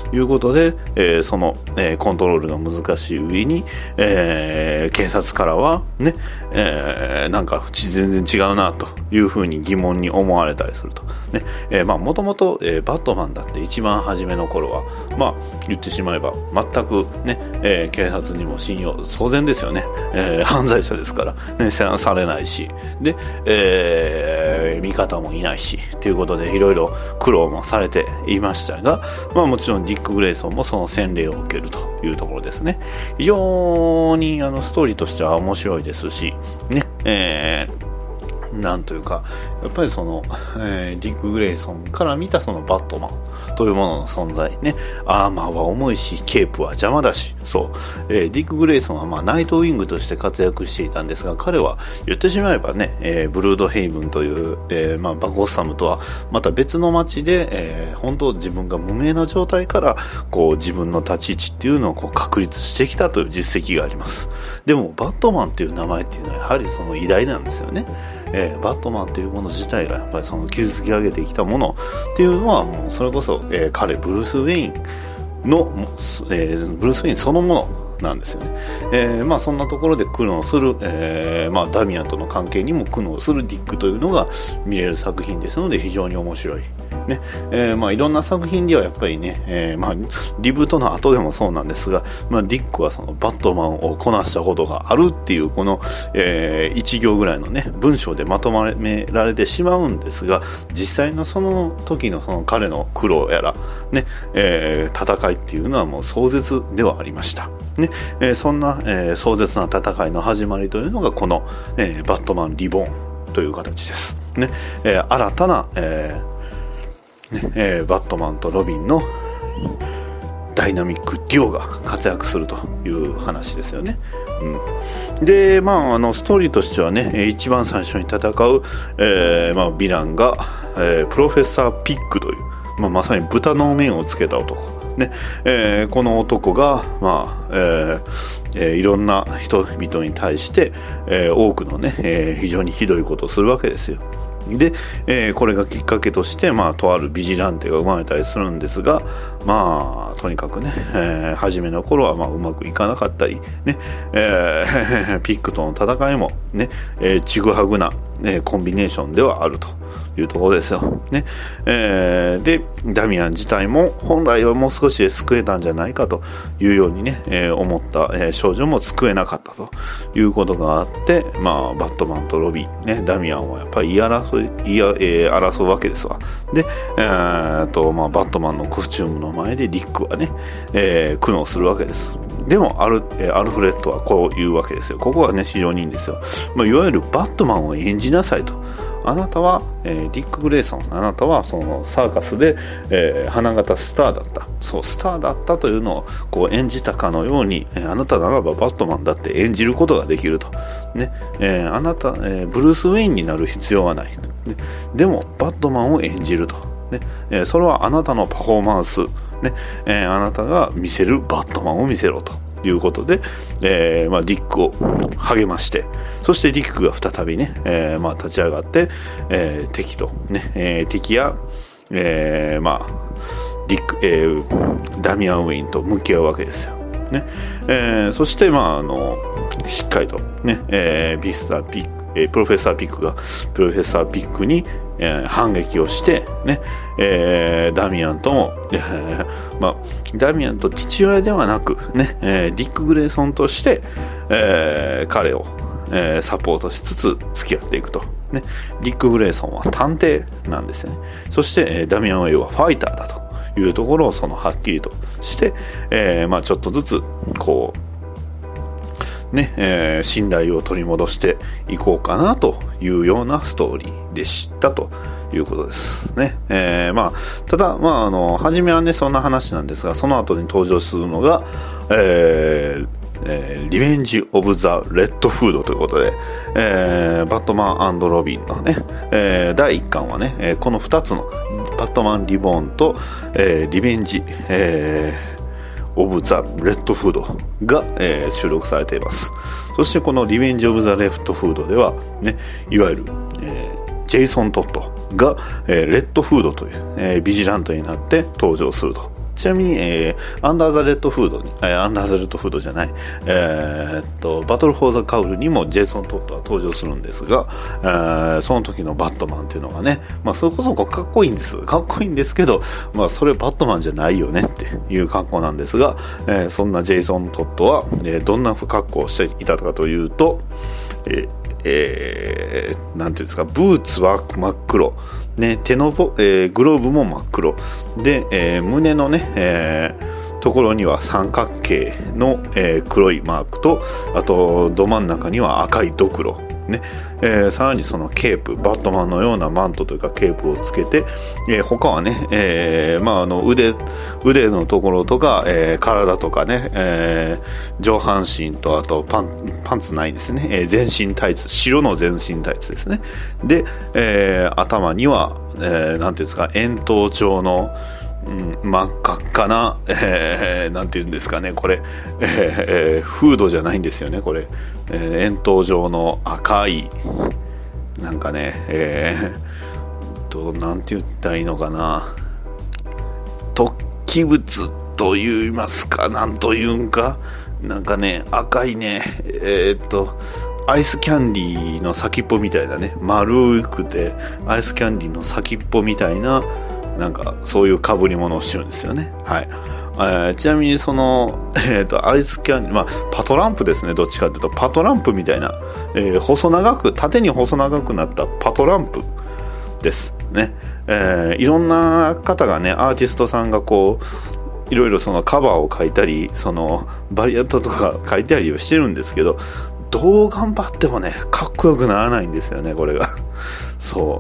いうことで、えー、その、えー、コントロールが難しい上に、えー、警察からはね、えー、なんか全然違うなというふうに疑問に思われたりするとね、えー、まあもともとバットマンだって一番初めの頃はまあ言ってしまえば全くね、えー、警察にも信用当然ですよね、えー、犯罪者ですからね、されないしで、えー、味方もいないしということでいろいろ苦労もされていましたが、まあもちろんディック・グレイソンもその洗礼を受けるというところですね。非常にあのストーリーとしては面白いですしね、えーなんというかやっぱりその、えー、ディック・グレイソンから見たそのバットマンというものの存在ね、アーマーは重いしケープは邪魔だし、そう、えー、ディック・グレイソンはまあナイトウィングとして活躍していたんですが、彼は言ってしまえばね、えー、ブルードヘイブンという、えーまあ、バゴッサムとはまた別の街で、えー、本当自分が無名な状態からこう自分の立ち位置っていうのをこう確立してきたという実績があります。でもバットマンっていう名前っていうのはやはりその偉大なんですよね。えー、バットマンというもの自体がやっぱりその築き上げてきたものっていうのはもうそれこそ、えー、彼ブルース・ウェインの、えー、ブルース・ウェインそのものなんですよね。えー、まあそんなところで苦悩する、えー、まあダミアンとの関係にも苦悩するディックというのが見れる作品ですので非常に面白い。ね、えー、まあいろんな作品ではやっぱりね、えー、まあリブートの後でもそうなんですが、まあディックはそのバットマンをこなしたことがあるっていうこの、えー、いち行ぐらいのね文章でまとめられてしまうんですが、実際のその時のその彼の苦労やらね、えー、戦いっていうのはもう壮絶ではありました。ねえー、そんな、えー、壮絶な戦いの始まりというのがこの、えー、バットマンリボーンという形です。ねえー、新たな、えーねえー、バットマンとロビンのダイナミックデュオが活躍するという話ですよね。うん、で、まあ、あのストーリーとしてはね、一番最初に戦う、えーまあ、ヴィランが、えー、プロフェッサーピックという、まあ、まさに豚の面をつけた男ね、えー、この男が、まあえーえー、いろんな人々に対して、えー、多くのね、えー、非常にひどいことをするわけですよ。で、えー、これがきっかけとして、まあ、とあるビジランテが生まれたりするんですが、まあとにかくね、えー、初めの頃はまあうまくいかなかったりね、えー、ピックとの戦いもね、えー、ちぐはぐな、えー、コンビネーションではあるというところですよね。えー、でダミアン自体も本来はもう少しで救えたんじゃないかというようにね、えー、思った、えー、少女も救えなかったということがあって、まあバットマンとロビンね、ダミアンはやっぱり言い争い、言い、えー、争うわけですわ。で、えー、とまあバットマンのコスチュームの前でディックはね、えー、苦悩するわけです。でもアル、えー、アルフレッドはこう言うわけですよ。ここはね非常にいいんですよ。まあ、いわゆるバットマンを演じなさいと。あなたは、えー、ディック・グレイソン、あなたはそのサーカスで、えー、花形スターだった、そうスターだったというのをこう演じたかのように、えー、あなたならばバットマンだって演じることができると、ねえー、あなた、えー、ブルース・ウェインになる必要はない、ね、でもバットマンを演じると、ねえー、それはあなたのパフォーマンス、ねえー、あなたが見せるバットマンを見せろということで、えーまあ、ディックを励まして、そしてディックが再びね、えーまあ、立ち上がって、えー、敵とね、えー、敵や、えー、まあディック、えー、ダミアン・ウェインと向き合うわけですよ。ねえー、そしてまああのしっかりとね、えー、ビスターピック、えー、プロフェッサーピックがプロフェッサーピックに、えー、反撃をしてね、えー、ダミアンとも、えーまあ、ダミアンと父親ではなくね、えー、ディック・グレイソンとして、えー、彼を、えー、サポートしつつ付き合っていくと。ね、ディック・グレイソンは探偵なんですよね。そして、えー、ダミアン・ウェイはファイターだというところをそのはっきりとして、えーまあ、ちょっとずつこうね、えー、信頼を取り戻していこうかなというようなストーリーでしたということですね。えー、まあただまああの初めはねそんな話なんですが、その後に登場するのが、えーえー、リベンジ・オブ・ザ・レッドフードということで、えー、バットマン&ロビンのね、えー、だいいっかんはね、えー、このふたつのバットマン・リボーンと、えー、リベンジ、えー、オブ・ザ・レッドフードが、えー、収録されています。そしてこのリベンジ・オブ・ザ・レッドフードでは、ね、いわゆる、えー、ジェイソン・トッドが、えー、レッドフードという、えー、ビジラントになって登場するとちなみに、えー、アンダーザレッドフードに、えー、アンダーザレッドフードじゃない、えー、っとバトルフォーザカウルにもジェイソン・トッドは登場するんですが、えー、その時のバットマンっていうのがね、まあそれこそかっこいいんですかっこいいんですけど、まあそれバットマンじゃないよねっていう格好なんですが、えー、そんなジェイソン・トッドは、えー、どんな格好をしていたかというと、えーえー、なんていうんですか、ブーツは真っ黒ね、手の、えー、グローブも真っ黒で、えー、胸のね、えー、ところには三角形の、えー、黒いマークと、あとど真ん中には赤いドクロね、えー、さらにそのケープ、バットマンのようなマントというかケープをつけて、えー、他はね、えー、まああの腕腕のところとか、えー、体とかね、えー、上半身とあとパンパンツないですね、えー、全身タイツ、白の全身タイツですね。で、えー、頭には、えー、なんていうんですか、円筒状のうん、真っ赤っかな、えー、なんていうんですかね、これ、えー、フードじゃないんですよね、これ、えー、円筒状の赤い、なんかね、えー、と、なんて言ったらいいのかな、突起物と言いますか、なんというんか、なんかね、赤いね、えー、っと、アイスキャンディーの先っぽみたいなね、丸くて、アイスキャンディーの先っぽみたいな、なんかそういう被り物をしてるんですよね。はい。えー、ちなみにその、えっと、アイスキャンディー、まあ、パトランプですね、どっちかというと、パトランプみたいな、えー、細長く、縦に細長くなったパトランプですね。えー、いろんな方がね、アーティストさんがこう、いろいろそのカバーを書いたり、そのバリアントとか書いたりをしてるんですけど、どう頑張ってもね、かっこよくならないんですよね、これが。そう。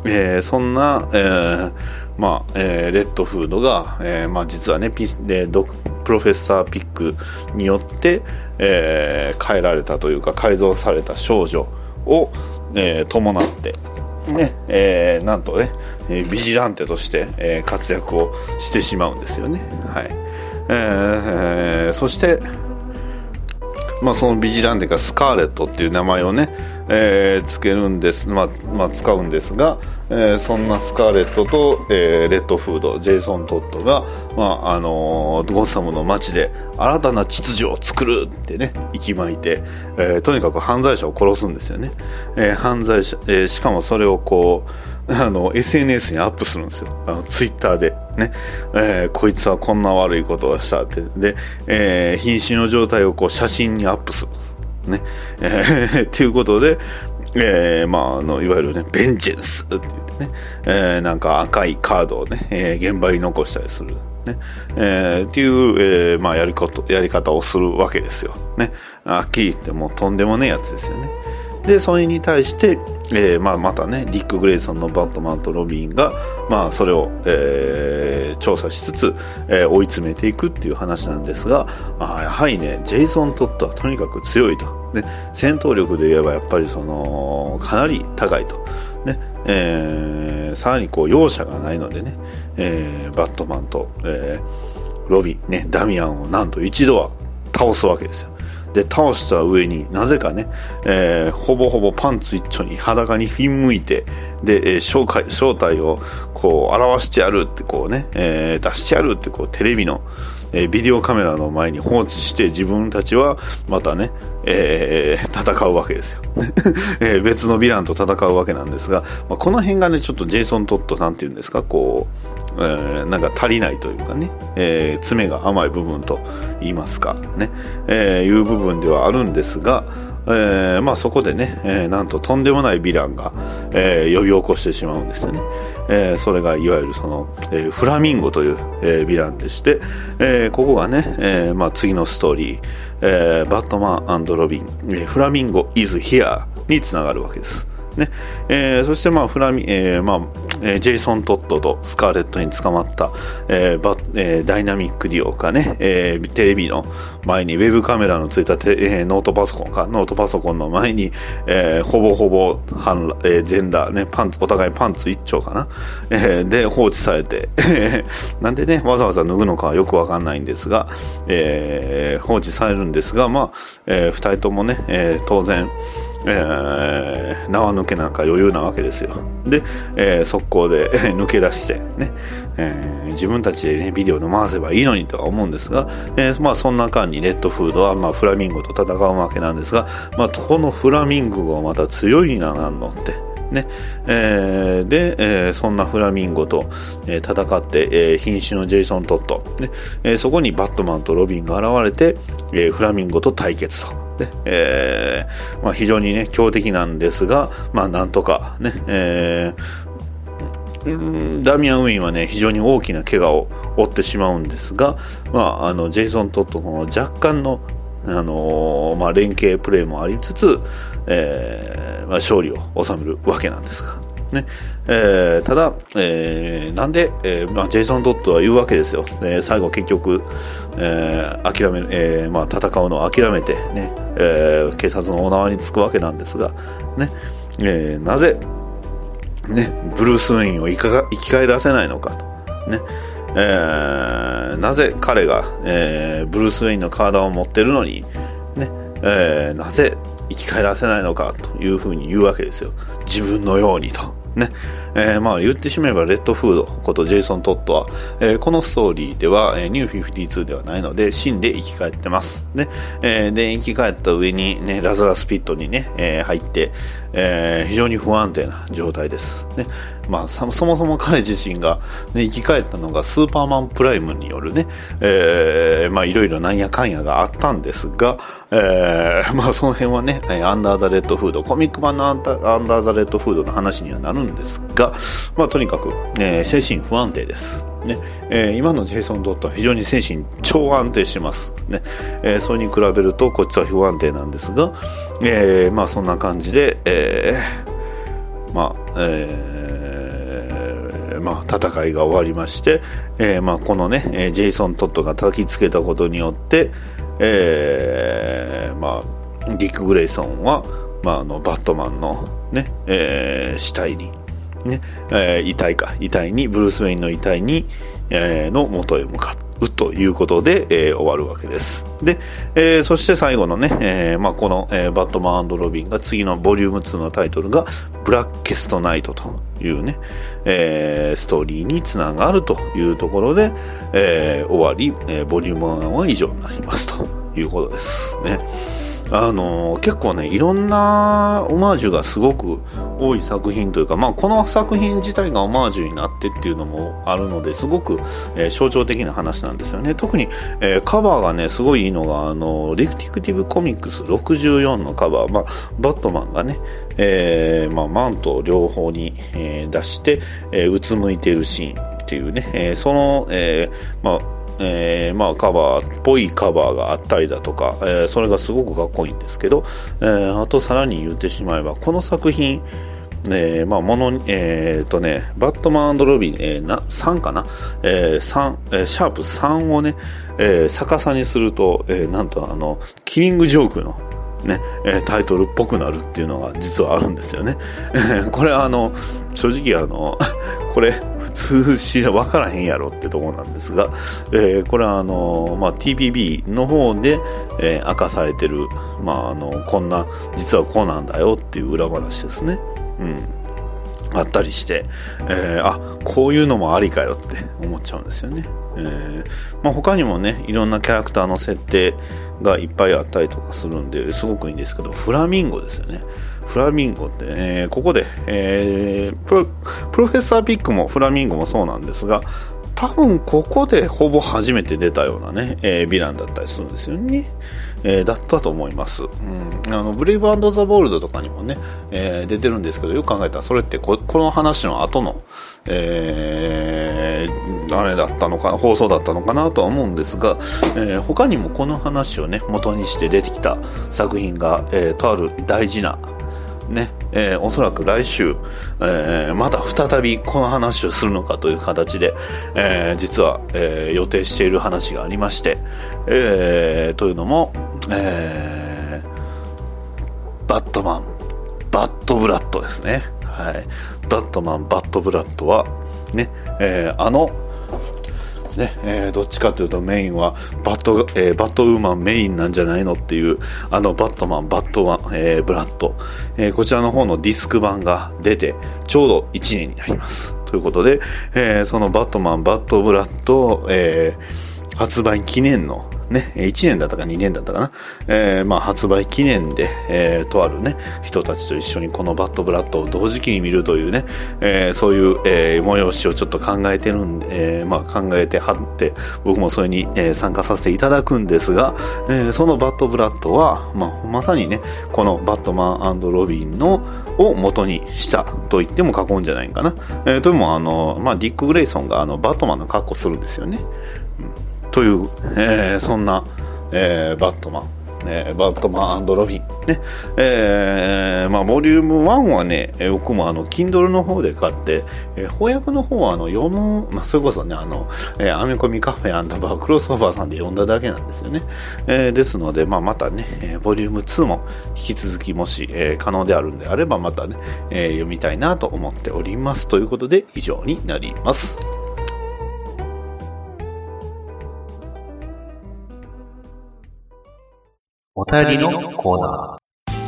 えー、そんな、えーまあえー、レッドフードが、えーまあ、実はねピでドプロフェッサーピックによって、えー、変えられたというか改造された少女を、えー、伴ってね、えー、なんとねビジランテとして、えー、活躍をしてしまうんですよね。はい。えー、そしてまあ、そのビジランテがスカーレットっていう名前をね、えー、つけるんです、まあまあ、使うんですが、えー、そんなスカーレットと、えー、レッドフード、ジェイソン・トッドが、まああのー、ゴッサムの街で新たな秩序を作るってね息巻いて、えー、とにかく犯罪者を殺すんですよね。えー、犯罪者、えー、しかもそれをこうあの エスエヌエス にアップするんですよ。あのツイッターでね、えー、こいつはこんな悪いことをしたってで、えー、瀕死の状態をこう写真にアップするんですね。えー、っていうことで、えー、まああのいわゆるねベンジェンスって言ってね、えー、なんか赤いカードをね、えー、現場に残したりするね、えー、っていう、えー、まあやり方やり方をするわけですよね。はっきり言ってもうとんでもねえやつですよね。でそれに対して、えーまあ、またねディック・グレイソンのバットマンとロビンが、まあ、それを、えー、調査しつつ、えー、追い詰めていくっていう話なんですが、あやはりねジェイソン・トッドはとにかく強いと、ね、戦闘力で言えばやっぱりそのかなり高いと、ねえー、さらにこう容赦がないのでね、えー、バットマンと、えー、ロビン、ね、ダミアンをなんと一度は倒すわけですよ。で倒した上になぜかね、えー、ほぼほぼパンツ一丁に裸にひんむいてで、えー、正体、正体をこう表してやるってこうね、えー、出してやるってこうテレビの、えー、ビデオカメラの前に放置して自分たちはまたね、えー、戦うわけですよ、えー、別のヴィランと戦うわけなんですが、まあ、この辺がねちょっとジェイソン・トッドなんていうんですかこう、えー、なんか足りないというかね、えー、爪が甘い部分と言いますかね、えー、いう部分ではあるんですが、えーまあ、そこでね、えー、なんととんでもないヴィランが、えー、呼び起こしてしまうんですよね。えー、それがいわゆるその、えー、フラミンゴという、えー、ヴィランでして、えー、ここがね、えーまあ、次のストーリー、えー、バットマン&ロビン、えー、フラミンゴ is here につながるわけですね。えー、そしてまあフラミ、えーまあえー、ジェイソン・トッドとスカーレットに捕まった、えーバえー、ダイナミックディオかね、えー、テレビの前にウェブカメラのついたテ、えー、ノートパソコンかノートパソコンの前に、えー、ほぼほぼ半裸、えー、全裸ねパンツお互いパンツ一丁かな、えー、で放置されてなんでねわざわざ脱ぐのかはよくわかんないんですが、えー、放置されるんですがまあ、えー、ふたりともね、えー、当然えー、縄抜けなんか余裕なわけですよ。で、えー、速攻で抜け出してね、えー、自分たちでねビデオ飲ませばいいのにとは思うんですが、えー、まあそんな間にレッドフードはまあフラミンゴと戦うわけなんですが、まあこのフラミンゴがまた強いななんのってね、えー、で、えー、そんなフラミンゴと、えー、戦って、えー、瀕死のジェイソン・トッド、ねえー、そこにバットマンとロビンが現れて、えー、フラミンゴと対決と、ねえーまあ、非常にね強敵なんですが、まあなんとかね、えー、ダミアン・ウィンはね非常に大きな怪我を負ってしまうんですが、まあ、あのジェイソン・トッドの若干の、あのーまあ、連携プレーもありつつ、えーまあ、勝利を収めるわけなんですが、ねえー、ただ、えー、なんで、えーまあ、ジェイソン・トッドは言うわけですよ、えー、最後結局、えー諦めえーまあ、戦うのを諦めて、ねえー、警察のお縄につくわけなんですが、ねえー、なぜ、ね、ブルース・ウェインを生か生き返らせないのかと、ねえー、なぜ彼が、えー、ブルース・ウェインの体を持ってるのに、ねえー、なぜ生き返らせないのかというふうに言うわけですよ。自分のようにとね、えー、まあ言ってしまえばレッドフードことジェイソン・トッドは、えー、このストーリーでは、えー、ニューフィフティーツーではないので死んで生き返ってますね、えー、で生き返った上にねラザラスピットにね、えー、入って、えー、非常に不安定な状態ですね。まあそもそも彼自身が、ね、生き返ったのがスーパーマンプライムによるね、えー、まあいろいろなんやかんやがあったんですが、えー、まあその辺はねアンダーザレッドフードコミック版のアンダーザレッドフードの話にはなるんですが、まあとにかく、えー、精神不安定ですね、えー、今のジェイソン・トッドは非常に精神超安定してますね、えー、それに比べるとこっちは不安定なんですが、えー、まあそんな感じで、えー、まあ、えーまあ、戦いが終わりまして、えーまあ、このねジェイソン・トッドが焚きつけたことによって、えーまあ、ディック・グレイソンは、まあ、あのバットマンの、ねえー、死体にねえー、遺体か遺体にブルース・ウェインの遺体に、えー、の元へ向かうということで、えー、終わるわけです。で、えー、そして最後のね、えーまあ、この、えー、バットマン&ロビンが次のボリュームツーのタイトルがブラッケストナイトというね、えー、ストーリーにつながるというところで、えー、終わり、えー、ボリュームワンは以上になりますということですね。あのー、結構ねいろんなオマージュがすごく多い作品というか、まあ、この作品自体がオマージュになってっていうのもあるのですごく、えー、象徴的な話なんですよね。特に、えー、カバーがねすごいいいのがあのディティクティブコミックスろくじゅうよんのカバー、まあ、バットマンがね、えーまあ、マントを両方に、えー、出して、えー、うつむいているシーンっていうね、えー、その、えーまあえーまあ、カバーっぽいカバーがあったりだとか、えー、それがすごくかっこいいんですけど、えー、あとさらに言ってしまえばこの作品、えーまあものえー、とねバットマン&ロビン、えー、なさんかな、えーさんえー、シャープさんをね、えー、逆さにすると、えー、なんとあのキリングジョークのね、えー、タイトルっぽくなるっていうのが実はあるんですよね。これあの正直あのこれ普通知ら分からへんやろってところなんですが、えー、これはあの、まあ、ティーピービー の方で、えー、明かされてる、まあ、あのこんな実はこうなんだよっていう裏話ですね。うんあったりして、えー、あこういうのもありかよって思っちゃうんですよね。えーまあ、他にもねいろんなキャラクターの設定がいっぱいあったりとかするんですごくいいんですけど、フラミンゴですよね。フラミンゴって、えー、ここで、えー、プロ、プロフェッサーピックもフラミンゴもそうなんですが、多分ここでほぼ初めて出たようなね、えー、ヴィランだったりするんですよね。えー、だったと思います。うん、あのブレイブ&ザ・ボールドとかにもね、えー、出てるんですけど、よく考えたらそれってこ、この話の後の、えー、あれだったのかな、放送だったのかなとは思うんですが、えー、他にもこの話をね元にして出てきた作品が、えー、とある大事なねえー、おそらく来週、えー、また再びこの話をするのかという形で、えー、実は、えー、予定している話がありまして、えー、というのも、えー、バットマンバッドブラッドですね。はい、バットマンバッドブラッドはね、えー、あのね、えー、どっちかというとメインはバット、えー、バットウーマンメインなんじゃないのっていう、あのバットマンバットワン、えー、ブラッド、えー、こちらの方のディスク版が出てちょうどいちねんになりますということで、えー、そのバットマンバットブラッド、えー、発売記念のね、いちねんだったかにねんだったかな、えー、まあ発売記念で、えー、とあるね人たちと一緒にこのバッドブラッドを同時期に見るというね、えー、そういう、えー、催しをちょっと考えてるんで、えー、まあ考えてはって僕もそれに、えー、参加させていただくんですが、えー、そのバッドブラッドは、まあ、まさにねこのバットマン&ロビンのを元にしたと言っても過言じゃないかな、えー、というもあの、まあ、ディック・グレイソンがあのバットマンの格好するんですよね、うんという、えー、そんな、えー、バットマン、えー、バットマン&ロビンね、えー、まあボリュームワンはね、えー、僕もあの Kindle の方で買って、えー、翻訳の方はあの読む、まあそれこそねあの、えー、アメコミカフェアンダーバークロスオーバーさんで読んだだけなんですよね、えー、ですのでまあまたね、えー、ボリュームツーも引き続きもし、えー、可能であるんであればまたね、えー、読みたいなと思っておりますということで以上になります。 お便りのコーナ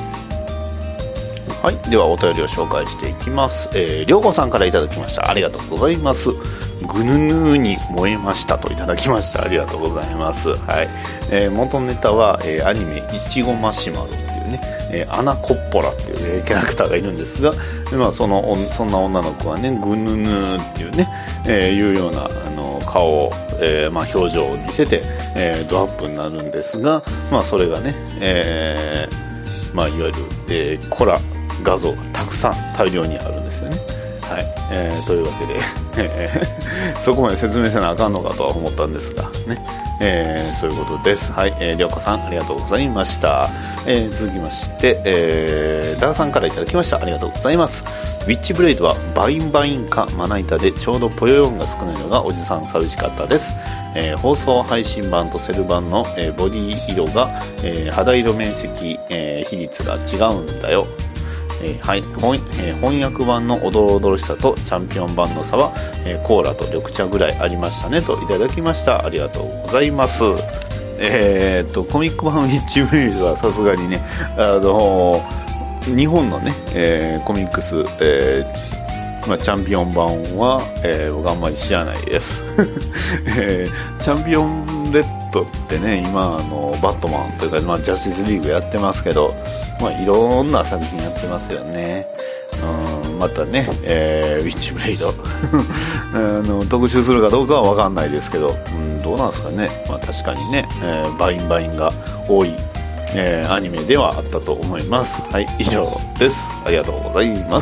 ー。はい。ではお便りを紹介していきます。えー、りょうこさんからいただきました。ありがとうございます。ぐぬぬーに燃えましたといただきました。ありがとうございます。はい。えー、元ネタは、えー、アニメいちごマシュマロっていうね、えー、アナコッポラっていう、えー、キャラクターがいるんですが、まあその、そんな女の子はね、ぐぬぬーっていうね、えー、いうような、あの、顔を、えー、まあ表情を見せて、えー、ドアップになるんですが、まあそれがね、えー、まあいわゆる、えー、コラ画像がたくさん大量にあるんですよね。はい、えー、というわけで、えー、そこまで説明せなあかんのかとは思ったんですがね、えー、そういうことです。はい、えー、りょうこさんありがとうございました。えー、続きまして、えー、ダーさんからいただきました。ありがとうございます。ウィッチブレイドはバインバインかまな板でちょうどポヨヨンが少ないのがおじさん寂しかったです。えー、放送配信版とセル版の、えー、ボディ色が、えー、肌色面積、えー、比率が違うんだよ。えーはい、翻えー、翻訳版のおどろおどろしさとチャンピオン版の差は、えー、コーラと緑茶ぐらいありましたねといただきました。ありがとうございます。えー、っとコミック版ウィッチブレイドはさすがにね、あのー、日本のね、えー、コミックス、えーまあ、チャンピオン版は、えー、僕あんまり知らないです、えー、チャンピオンレッドってね今あのバットマンというか、まあ、ジャスティスリーグやってますけど、まあ、いろんな作品やってますよね。うん、またね、えー、ウィッチブレイドあの特集するかどうかは分かんないですけど、うん、どうなんですかね。まあ、確かにね、えー、バインバインが多い、えー、アニメではあったと思います。はい、以上です。ありがとうございます。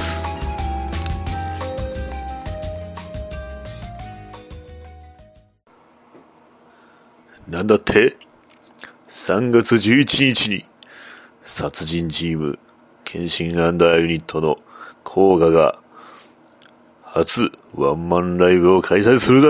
なんだって？ さんがつじゅういちにちに殺人チーム剣心アンダーユニットの甲賀が初ワンマンライブを開催するだって？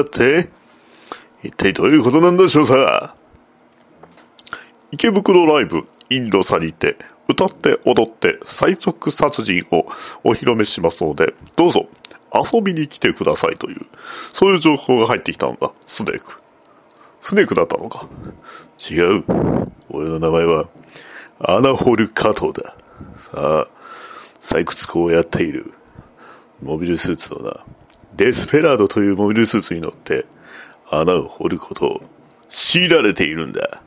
一体どういうことなんでしょうさ。池袋ライブインロサにて歌って踊って最速殺人をお披露目しますので、どうぞ遊びに来てくださいという、そういう情報が入ってきたのだ。スネークスネークだったのか。違う、俺の名前はアナホル加藤だ。さあ、採掘工をやっているモビルスーツのな、デスペラードというモビルスーツに乗って穴を掘ることを強いられているんだ。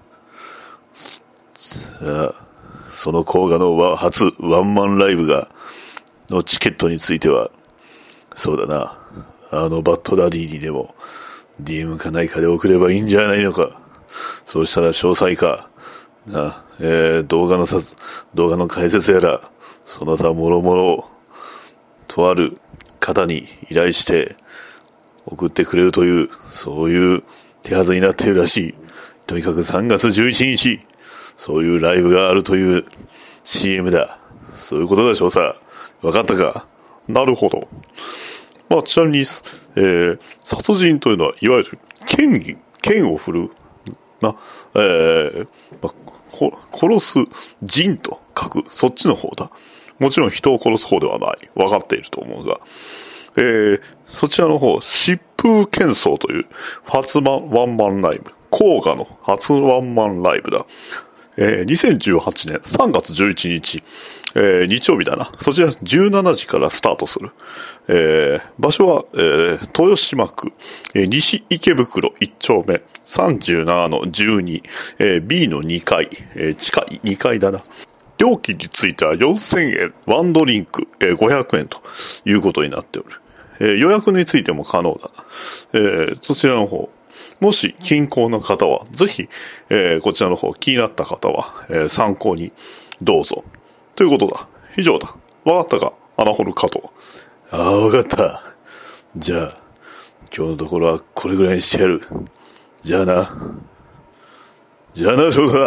さあ、その甲賀の初ワンマンライブがのチケットについては、そうだな、あのバッドダディにでも ディーエム かないかで送ればいいんじゃないのか。そうしたら詳細かな、えー、動画のさ動画の解説やらその他もろもろとある方に依頼して送ってくれるという、そういう手はずになっているらしい。とにかくさんがつじゅういちにち、そういうライブがあるという シーエム だ。そういうことでしょうさ。わかったか。なるほど。まあ、ちなみに、えー、殺人というのはいわゆる剣技、剣を振るな、えーまあ、殺す人と書く、そっちの方だ。もちろん人を殺す方ではない。分かっていると思うが、 えー、そちらの方、疾風喧騒という初ワンマンライブ、甲賀の初ワンマンライブだ。えー、にせんじゅうはちねんさんがつじゅういちにち、えー、日曜日だな。そちらじゅうしちじからスタートする。えー、場所は、えー、豊島区、えー、西池袋いっちょうめ さんじゅうななのじゅうに、えー、ビー のにかい、えー、地下にかいだな。料金についてはよんせんえん、ワンドリンク、えー、ごひゃくえんということになっておる。えー、予約についても可能だ。えー、そちらの方、もし近郊の方は、ぜひ、えー、こちらの方気になった方は、えー、参考にどうぞ。ということだ。以上だ。わかったか穴掘る加藤。ああ、わかった。じゃあ、今日のところはこれぐらいにしてやる。じゃあな。じゃあな、翔太。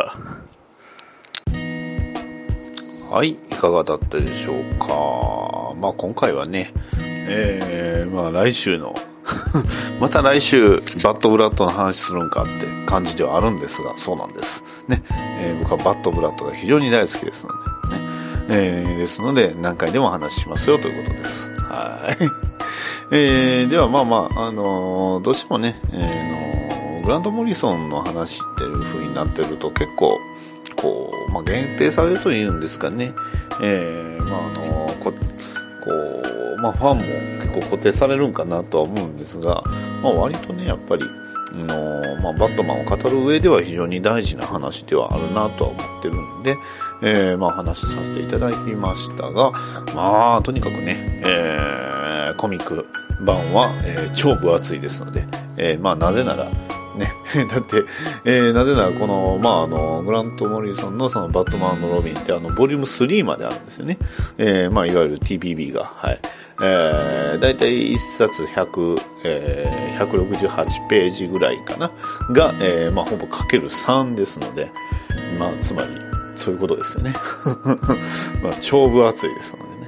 はい、いかがだったでしょうか。まあ今回はね、えー、まあ来週のまた来週バッドブラッドの話するんかって感じではあるんですが、そうなんですね、えー、僕はバッドブラッドが非常に大好きですのでね、えー、ですので何回でも話しますよということです。はい、えー、ではまあまあ、あのー、どうしてもね、えー、のグラント・モリソンの話っていう風になってると結構こう、まあ、限定されるというんですかね、えー、まああのー、ここうまあ、ファンも結構固定されるんかなとは思うんですが、まあ、割とねやっぱりの、まあ、バットマンを語る上では非常に大事な話ではあるなとは思ってるんで、えー、まあ話させていただきましたが、まあとにかくね、えー、コミック版は、えー、超分厚いですので、えー、まあなぜならね、だって、えー、なぜならこの、まあ、あの、グラント・モリソンのそのバットマンのロビンって、あの、ボリュームスリーまであるんですよね。えー、まあ、いわゆる ティーピービー が、はい。えー、だいたいいっさつひゃく、えー、ひゃくろくじゅうはちページぐらいかな。が、えー、まあ、ほぼかけるさんですので、まあ、つまり、そういうことですよね。まあ、超分厚いですのでね。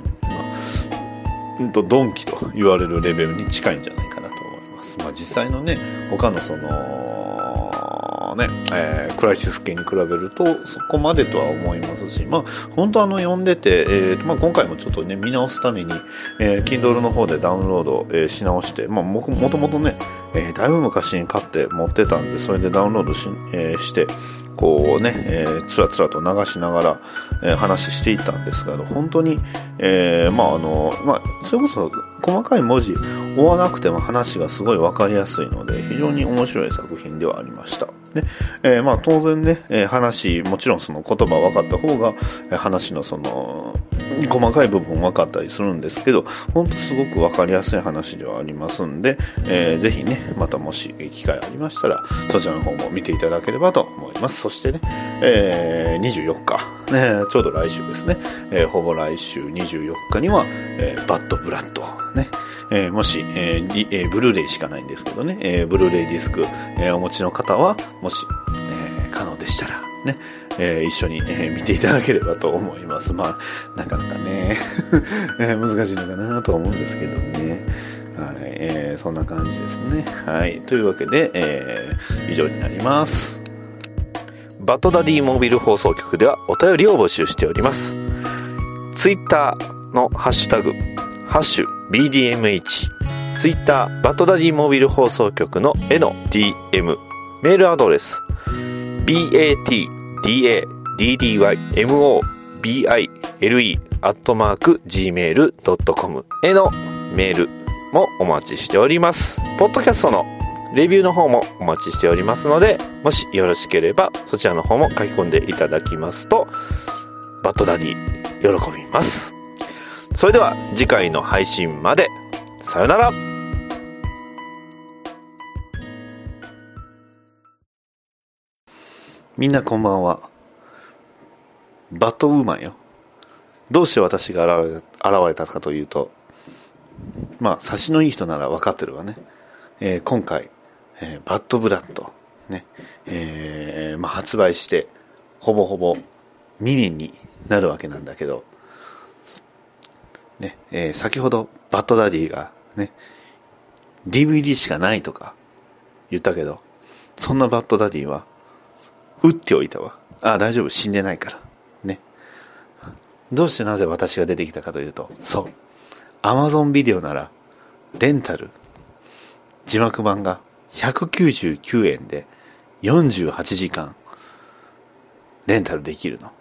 うん。まあ、ドンキと言われるレベルに近いんじゃないかなと思います。まあ、実際のね、他のその、ね、えー、クライシス系に比べるとそこまでとは思いますし、まあ本当あの読んでて、えーまあ、今回もちょっとね見直すために、えー、Kindle の方でダウンロード、えー、し直して、まあ、も, もともとね、えー、だいぶ昔に買って持ってたんで、それでダウンロード し,、えー、してこうね、えー、つらつらと流しながら、えー、話していったんですけど、本当に、えー、まああのまあそれこそ細かい文字追わなくても話がすごい分かりやすいので非常に面白い作品ではありました。で、えー、まあ当然ね、えー、話もちろんその言葉分かった方が、えー、話のその細かい部分分かったりするんですけど、本当すごく分かりやすい話ではありますんで、えー、ぜひねまたもし機会ありましたらそちらの方も見ていただければと思います。そしてね、えー、にじゅうよっか、ね、ちょうど来週ですね、えー、ほぼ来週にじゅうよっかには、えー、バッドブラッドね、えー、もし、えーえー、ブルーレイしかないんですけどね、えー、ブルーレイディスク、えー、お持ちの方はもし、えー、可能でしたらね、えー、一緒に、えー、見ていただければと思います。まあなかなかね難しいのかなと思うんですけどね、はい、えー、そんな感じですね。はい、というわけで、えー、以上になります。 バッドダディモービル放送局ではお便りを募集しております。ツイッターのハッシュタグハッシュ ビーディーエムエイチ、 ツイッターバッドダディモービル放送局のへの ディーエム、 メールアドレス バッドダディモービル アットマーク ジーメール ドットコム へのメールもお待ちしております。ポッドキャストのレビューの方もお待ちしておりますので、もしよろしければそちらの方も書き込んでいただきますとバッドダディ喜びます。それでは次回の配信まで、さよなら。 みんなこんばんは。バッドウーマンよ。どうして私が現れ、現れたかというと、まあ察しのいい人なら分かってるわね。えー、今回、えー、バッドブラッドね、えー、まあ発売してほぼほぼにねんになるわけなんだけど、ね、えー、先ほどバッドダディがね ディーブイディー しかないとか言ったけど、そんなバッドダディは打っておいたわ。ああ大丈夫、死んでないからね。どうしてなぜ私が出てきたかというと、そう Amazon ビデオならレンタル字幕版がひゃくきゅうじゅうきゅうえんでよんじゅうはちじかんレンタルできるの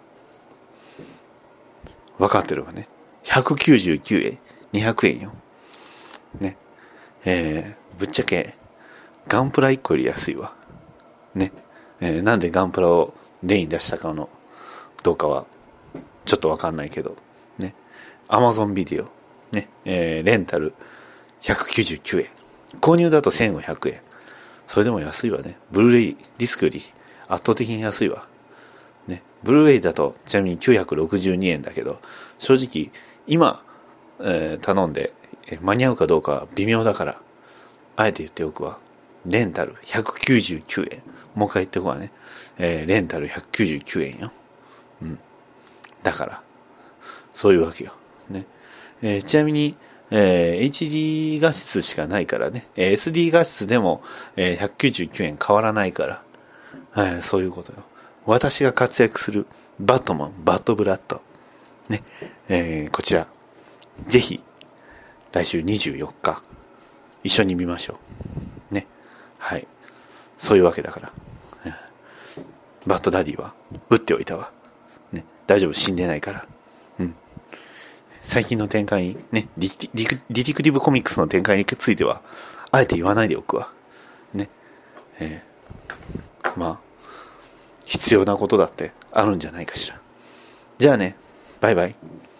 分かってるわね。ひゃくきゅうじゅうきゅうえんにひゃくえんよね。えー、ぶっちゃけガンプラいっこより安いわね。えー、なんでガンプラを例に出したかのどうかはちょっと分かんないけどね。Amazon ビデオね、えー、レンタルひゃくきゅうじゅうきゅうえん、購入だとせんごひゃくえん。それでも安いわね。ブルーレイディスクより圧倒的に安いわね。ブルーレイだとちなみにきゅうひゃくろくじゅうにえんだけど、正直今、えー、頼んで間に合うかどうか微妙だからあえて言っておくわ。レンタルひゃくきゅうじゅうきゅうえん。もう一回言っておくわね。えー、レンタルひゃくきゅうじゅうきゅうえんよ。うん。だからそういうわけよね。えー、ちなみにえー、エイチディー 画質しかないからね、えー、エスディー 画質でも、えー、ひゃくきゅうじゅうきゅうえん変わらないから、はい、そういうことよ。私が活躍するバットマン、バッドブラッドね、えー、こちらぜひ来週にじゅうよっか一緒に見ましょうね。はい、そういうわけだから、うん、バッドダディは打っておいたわね。大丈夫、死んでないから。うん。最近の展開にね、ディディディティクティブコミックスの展開についてはあえて言わないでおくわね。えー、まあ必要なことだってあるんじゃないかしら。じゃあね、バイバイ。